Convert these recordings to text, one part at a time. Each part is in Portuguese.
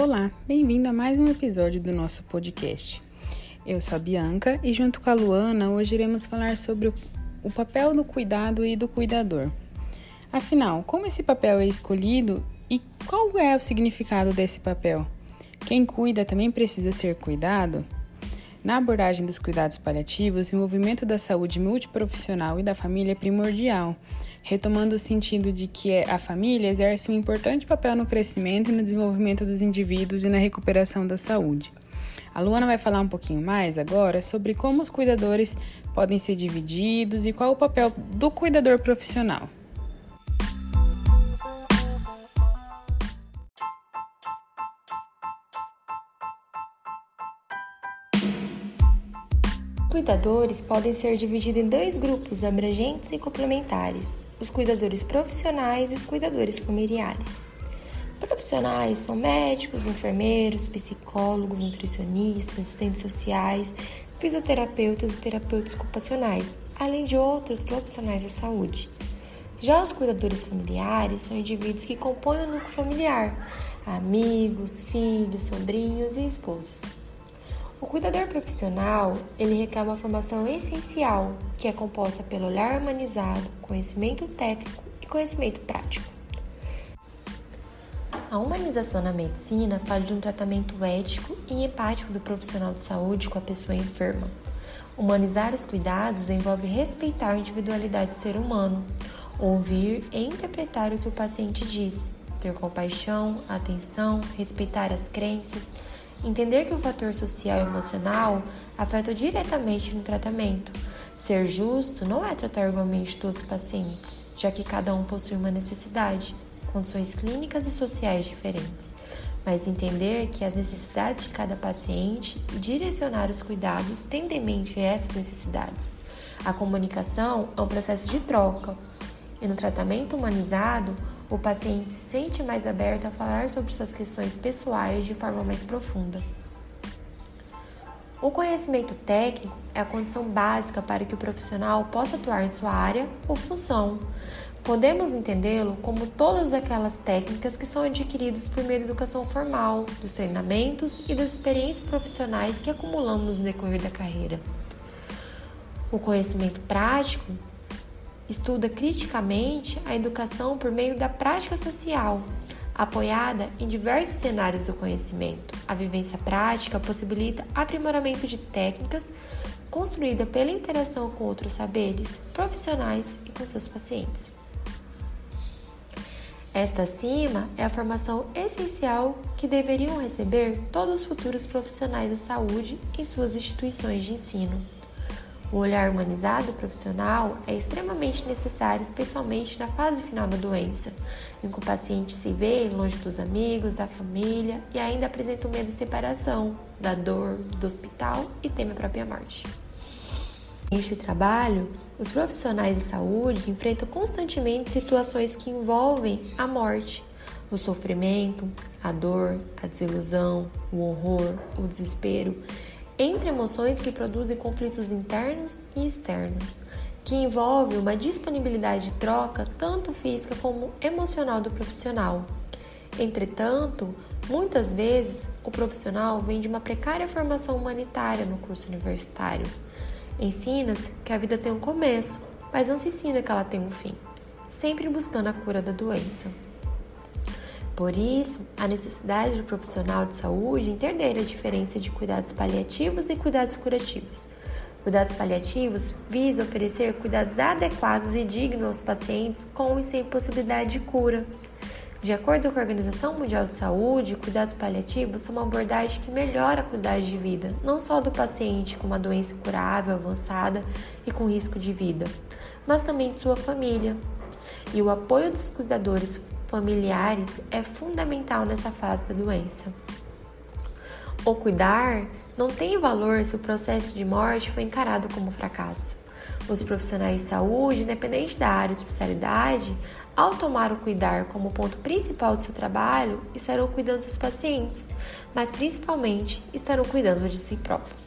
Olá, bem-vindo a mais um episódio do nosso podcast. Eu sou a Bianca e junto com a Luana hoje iremos falar sobre o papel do cuidado e do cuidador. Afinal, como esse papel é escolhido e qual é o significado desse papel? Quem cuida também precisa ser cuidado? Na abordagem dos cuidados paliativos, o envolvimento da saúde multiprofissional e da família é primordial, retomando o sentido de que a família exerce um importante papel no crescimento e no desenvolvimento dos indivíduos e na recuperação da saúde. A Luana vai falar um pouquinho mais agora sobre como os cuidadores podem ser divididos e qual o papel do cuidador profissional. Cuidadores podem ser divididos em dois grupos abrangentes e complementares: os cuidadores profissionais e os cuidadores familiares. Profissionais são médicos, enfermeiros, psicólogos, nutricionistas, assistentes sociais, fisioterapeutas e terapeutas ocupacionais, além de outros profissionais da saúde. Já os cuidadores familiares são indivíduos que compõem o núcleo familiar: amigos, filhos, sobrinhos e esposas. O cuidador profissional, ele requer uma formação essencial, que é composta pelo olhar humanizado, conhecimento técnico e conhecimento prático. A humanização na medicina fala de um tratamento ético e empático do profissional de saúde com a pessoa enferma. Humanizar os cuidados envolve respeitar a individualidade do ser humano, ouvir e interpretar o que o paciente diz, ter compaixão, atenção, respeitar as crenças, entender que o fator social e emocional afeta diretamente no tratamento. Ser justo não é tratar igualmente todos os pacientes, já que cada um possui uma necessidade, condições clínicas e sociais diferentes, mas entender que as necessidades de cada paciente e direcionar os cuidados tendemente a essas necessidades. A comunicação é um processo de troca, e no tratamento humanizado, o paciente se sente mais aberto a falar sobre suas questões pessoais de forma mais profunda. O conhecimento técnico é a condição básica para que o profissional possa atuar em sua área ou função. Podemos entendê-lo como todas aquelas técnicas que são adquiridas por meio da educação formal, dos treinamentos e das experiências profissionais que acumulamos no decorrer da carreira. O conhecimento prático estuda criticamente a educação por meio da prática social, apoiada em diversos cenários do conhecimento. A vivência prática possibilita aprimoramento de técnicas construída pela interação com outros saberes profissionais e com seus pacientes. Esta acima é a formação essencial que deveriam receber todos os futuros profissionais da saúde em suas instituições de ensino. O olhar humanizado profissional é extremamente necessário, especialmente na fase final da doença, em que o paciente se vê longe dos amigos, da família e ainda apresenta o medo de separação, da dor, do hospital e teme a própria morte. Neste trabalho, os profissionais de saúde enfrentam constantemente situações que envolvem a morte, o sofrimento, a dor, a desilusão, o horror, o desespero, entre emoções que produzem conflitos internos e externos, que envolvem uma disponibilidade de troca tanto física como emocional do profissional. Entretanto, muitas vezes o profissional vem de uma precária formação humanitária no curso universitário. Ensina-se que a vida tem um começo, mas não se ensina que ela tem um fim, sempre buscando a cura da doença. Por isso, a necessidade do profissional de saúde entender a diferença de cuidados paliativos e cuidados curativos. Cuidados paliativos visam oferecer cuidados adequados e dignos aos pacientes com e sem possibilidade de cura. De acordo com a Organização Mundial de Saúde, cuidados paliativos são uma abordagem que melhora a qualidade de vida, não só do paciente com uma doença incurável, avançada e com risco de vida, mas também de sua família. E o apoio dos cuidadores familiares é fundamental nessa fase da doença. O cuidar não tem valor se o processo de morte foi encarado como fracasso. Os profissionais de saúde, independente da área de especialidade, ao tomar o cuidar como ponto principal do seu trabalho, estarão cuidando dos pacientes, mas principalmente estarão cuidando de si próprios.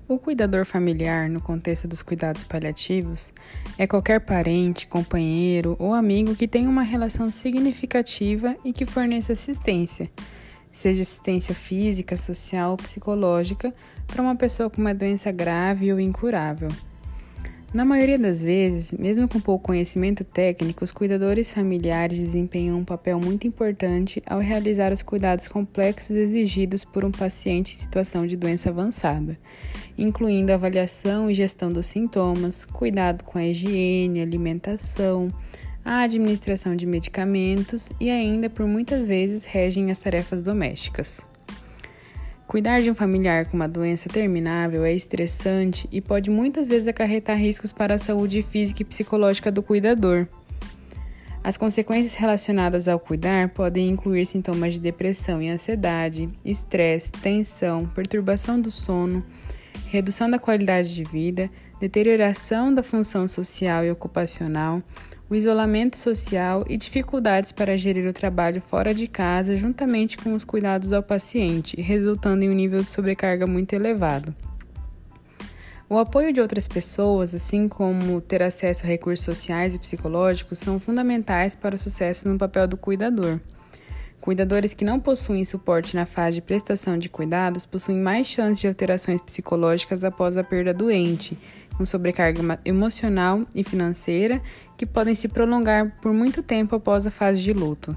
O cuidador familiar, no contexto dos cuidados paliativos, é qualquer parente, companheiro ou amigo que tenha uma relação significativa e que forneça assistência, seja assistência física, social ou psicológica, para uma pessoa com uma doença grave ou incurável. Na maioria das vezes, mesmo com pouco conhecimento técnico, os cuidadores familiares desempenham um papel muito importante ao realizar os cuidados complexos exigidos por um paciente em situação de doença avançada, incluindo a avaliação e gestão dos sintomas, cuidado com a higiene, alimentação, a administração de medicamentos e ainda, por muitas vezes, regem as tarefas domésticas. Cuidar de um familiar com uma doença terminável é estressante e pode muitas vezes acarretar riscos para a saúde física e psicológica do cuidador. As consequências relacionadas ao cuidar podem incluir sintomas de depressão e ansiedade, estresse, tensão, perturbação do sono, redução da qualidade de vida, deterioração da função social e ocupacional, o isolamento social e dificuldades para gerir o trabalho fora de casa juntamente com os cuidados ao paciente, resultando em um nível de sobrecarga muito elevado. O apoio de outras pessoas, assim como ter acesso a recursos sociais e psicológicos, são fundamentais para o sucesso no papel do cuidador. Cuidadores que não possuem suporte na fase de prestação de cuidados possuem mais chances de alterações psicológicas após a perda doente, com sobrecarga emocional e financeira, que podem se prolongar por muito tempo após a fase de luto.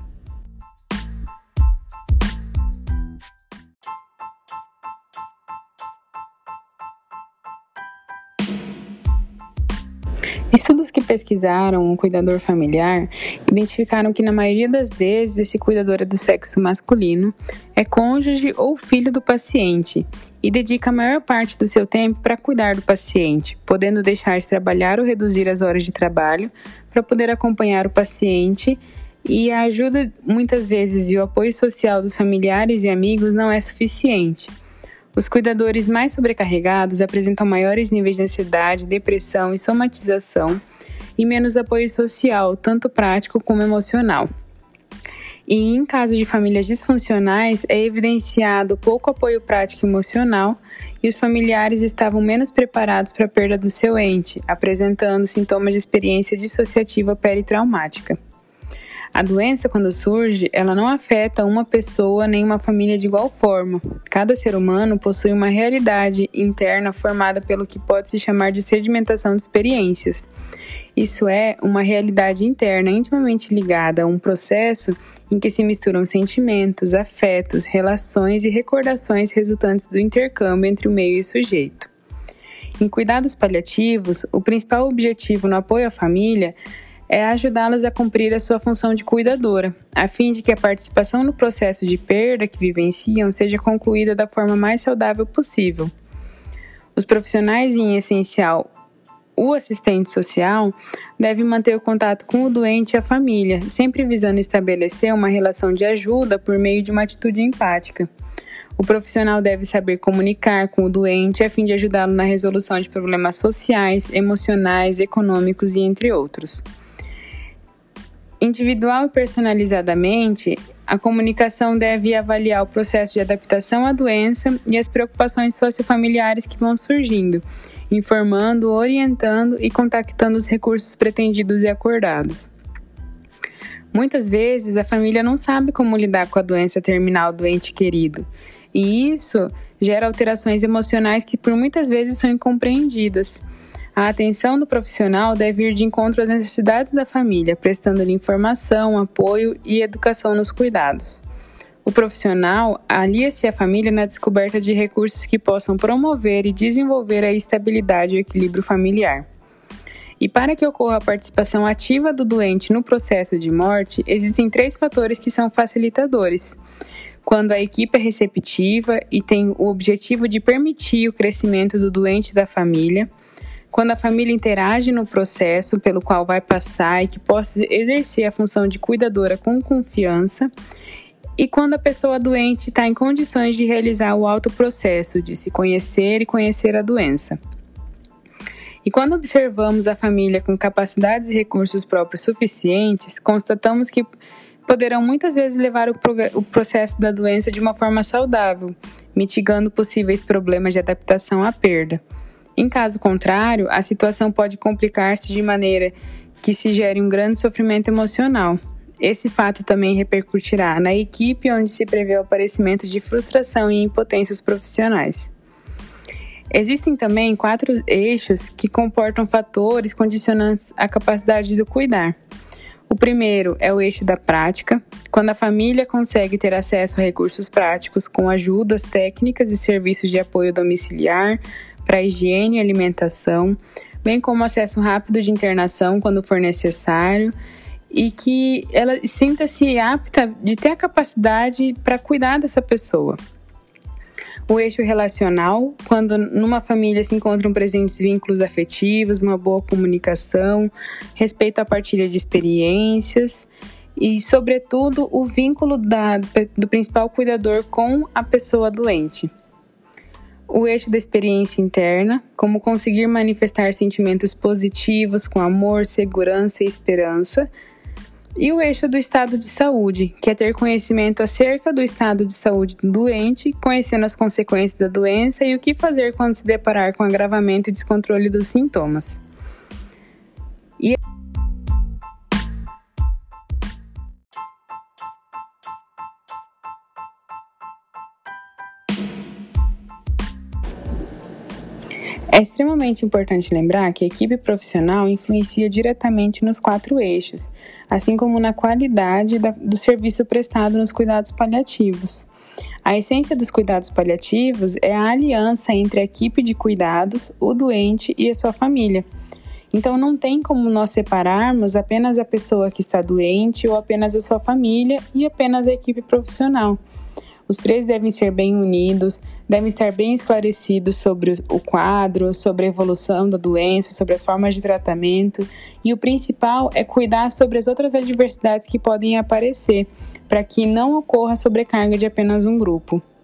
Estudos que pesquisaram o cuidador familiar identificaram que, na maioria das vezes, esse cuidador é do sexo masculino, é cônjuge ou filho do paciente e dedica a maior parte do seu tempo para cuidar do paciente, podendo deixar de trabalhar ou reduzir as horas de trabalho para poder acompanhar o paciente, e a ajuda, muitas vezes, e o apoio social dos familiares e amigos não é suficiente. Os cuidadores mais sobrecarregados apresentam maiores níveis de ansiedade, depressão e somatização e menos apoio social, tanto prático como emocional. E em caso de famílias disfuncionais, é evidenciado pouco apoio prático e emocional e os familiares estavam menos preparados para a perda do seu ente, apresentando sintomas de experiência dissociativa peritraumática. A doença, quando surge, ela não afeta uma pessoa nem uma família de igual forma. Cada ser humano possui uma realidade interna formada pelo que pode se chamar de sedimentação de experiências. Isso é uma realidade interna intimamente ligada a um processo em que se misturam sentimentos, afetos, relações e recordações resultantes do intercâmbio entre o meio e o sujeito. Em cuidados paliativos, o principal objetivo no apoio à família é ajudá-las a cumprir a sua função de cuidadora, a fim de que a participação no processo de perda que vivenciam seja concluída da forma mais saudável possível. Os profissionais, em essencial, o assistente social, deve manter o contato com o doente e a família, sempre visando estabelecer uma relação de ajuda por meio de uma atitude empática. O profissional deve saber comunicar com o doente a fim de ajudá-lo na resolução de problemas sociais, emocionais, econômicos e entre outros. Individual e personalizadamente, a comunicação deve avaliar o processo de adaptação à doença e as preocupações sociofamiliares que vão surgindo, informando, orientando e contactando os recursos pretendidos e acordados. Muitas vezes, a família não sabe como lidar com a doença terminal do ente querido, e isso gera alterações emocionais que por muitas vezes são incompreendidas. A atenção do profissional deve ir de encontro às necessidades da família, prestando-lhe informação, apoio e educação nos cuidados. O profissional alia-se à família na descoberta de recursos que possam promover e desenvolver a estabilidade e o equilíbrio familiar. E para que ocorra a participação ativa do doente no processo de morte, existem 3 fatores que são facilitadores. Quando a equipe é receptiva e tem o objetivo de permitir o crescimento do doente e da família, quando a família interage no processo pelo qual vai passar e que possa exercer a função de cuidadora com confiança, e quando a pessoa doente está em condições de realizar o autoprocesso, de se conhecer e conhecer a doença. E quando observamos a família com capacidades e recursos próprios suficientes, constatamos que poderão muitas vezes levar o processo da doença de uma forma saudável, mitigando possíveis problemas de adaptação à perda. Em caso contrário, a situação pode complicar-se de maneira que se gere um grande sofrimento emocional. Esse fato também repercutirá na equipe, onde se prevê o aparecimento de frustração e impotências profissionais. Existem também 4 eixos que comportam fatores condicionantes à capacidade do cuidar. O primeiro é o eixo da prática, quando a família consegue ter acesso a recursos práticos com ajudas técnicas e serviços de apoio domiciliar para higiene e alimentação, bem como acesso rápido de internação quando for necessário, e que ela sinta-se apta de ter a capacidade para cuidar dessa pessoa. O eixo relacional, quando numa família se encontram presentes vínculos afetivos, uma boa comunicação, respeito à partilha de experiências e, sobretudo, o vínculo do principal cuidador com a pessoa doente. O eixo da experiência interna, como conseguir manifestar sentimentos positivos com amor, segurança e esperança. E o eixo do estado de saúde, que é ter conhecimento acerca do estado de saúde do doente, conhecendo as consequências da doença e o que fazer quando se deparar com agravamento e descontrole dos sintomas. É extremamente importante lembrar que a equipe profissional influencia diretamente nos 4 eixos, assim como na qualidade do serviço prestado nos cuidados paliativos. A essência dos cuidados paliativos é a aliança entre a equipe de cuidados, o doente e a sua família. Então não tem como nós separarmos apenas a pessoa que está doente ou apenas a sua família e apenas a equipe profissional. Os 3 devem ser bem unidos, devem estar bem esclarecidos sobre o quadro, sobre a evolução da doença, sobre as formas de tratamento, e o principal é cuidar sobre as outras adversidades que podem aparecer, para que não ocorra sobrecarga de apenas um grupo.